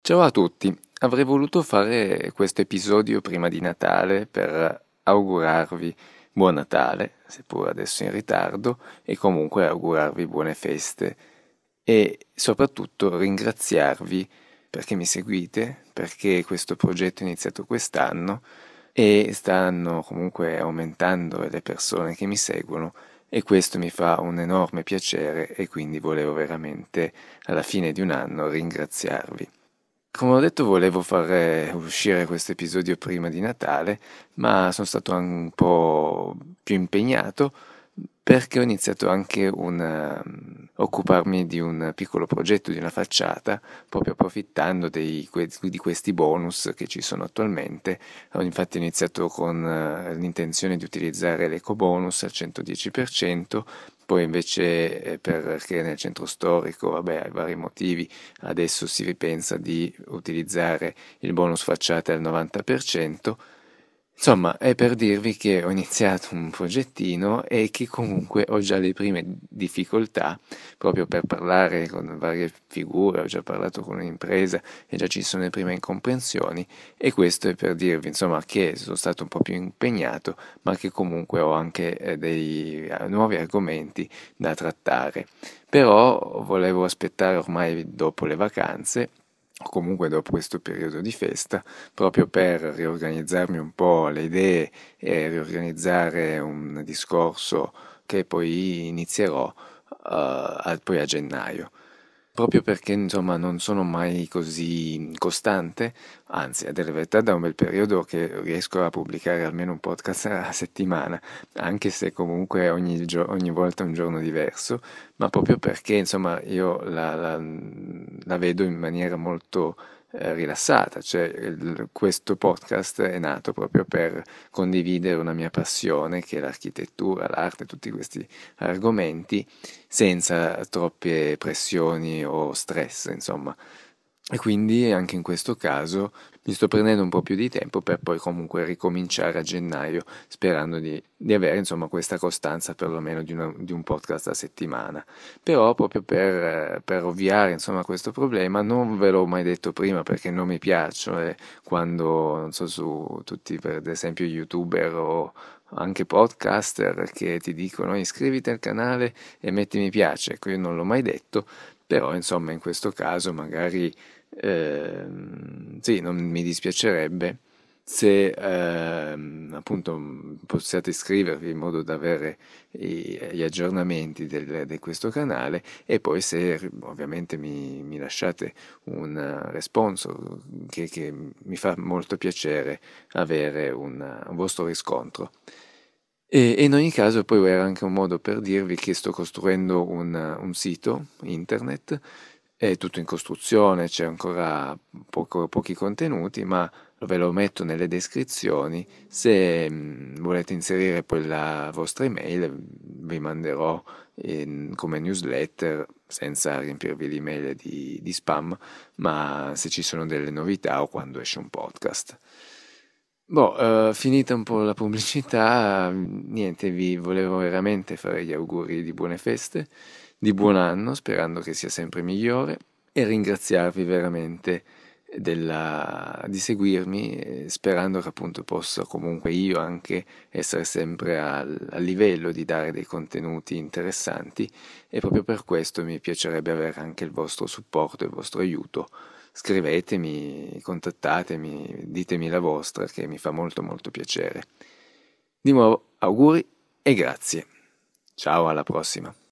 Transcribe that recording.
Ciao a tutti, avrei voluto fare questo episodio prima di Natale per augurarvi buon Natale, seppur adesso in ritardo, e comunque augurarvi buone feste e soprattutto ringraziarvi perché mi seguite, perché questo progetto è iniziato quest'anno e stanno comunque aumentando le persone che mi seguono e questo mi fa un enorme piacere e quindi volevo veramente alla fine di un anno ringraziarvi. Come ho detto, volevo far uscire questo episodio prima di Natale, ma sono stato un po' più impegnato perché ho iniziato anche occuparmi di un piccolo progetto, di una facciata, proprio approfittando di questi bonus che ci sono attualmente. Ho infatti iniziato con l'intenzione di utilizzare l'eco bonus al 110%, poi invece perché nel centro storico, vabbè, ai vari motivi, adesso si ripensa di utilizzare il bonus facciate al 90%. Insomma, è per dirvi che ho iniziato un progettino e che comunque ho già le prime difficoltà proprio per parlare con varie figure, ho già parlato con un'impresa e già ci sono le prime incomprensioni e questo è per dirvi insomma che sono stato un po' più impegnato ma che comunque ho anche dei nuovi argomenti da trattare. Però volevo aspettare ormai dopo le vacanze o comunque dopo questo periodo di festa, proprio per riorganizzarmi un po' le idee e riorganizzare un discorso che poi inizierò poi a gennaio. Proprio perché insomma non sono mai così costante, anzi, a dire la verità, da un bel periodo che riesco a pubblicare almeno un podcast a settimana, anche se comunque ogni volta un giorno diverso, ma proprio perché insomma io la vedo in maniera molto rilassata, cioè questo podcast è nato proprio per condividere una mia passione che è l'architettura, l'arte, tutti questi argomenti senza troppe pressioni o stress, insomma. E quindi anche in questo caso mi sto prendendo un po' più di tempo per poi comunque ricominciare a gennaio, sperando di avere insomma questa costanza perlomeno di un podcast a settimana. Però proprio per ovviare insomma a questo problema, non ve l'ho mai detto prima perché non mi piacciono, quando, non so, su tutti per esempio youtuber o anche podcaster che ti dicono iscriviti al canale e metti mi piace, ecco io non l'ho mai detto, però insomma in questo caso magari sì, non mi dispiacerebbe se appunto possiate iscrivervi in modo da avere gli aggiornamenti di questo canale e poi se ovviamente mi lasciate un responso che mi fa molto piacere avere un vostro riscontro. E in ogni caso poi era anche un modo per dirvi che sto costruendo un sito internet, è tutto in costruzione, c'è ancora pochi contenuti, ma ve lo metto nelle descrizioni. Se volete inserire poi la vostra email, vi manderò come newsletter senza riempirvi l'email di spam, ma se ci sono delle novità o quando esce un podcast. Boh, finita un po' la pubblicità, niente, vi volevo veramente fare gli auguri di buone feste, di buon anno, sperando che sia sempre migliore, e ringraziarvi veramente di seguirmi, sperando che appunto possa comunque io anche essere sempre al livello di dare dei contenuti interessanti, e proprio per questo mi piacerebbe avere anche il vostro supporto e il vostro aiuto. Scrivetemi, contattatemi, ditemi la vostra che mi fa molto molto piacere. Di nuovo auguri e grazie. Ciao, alla prossima.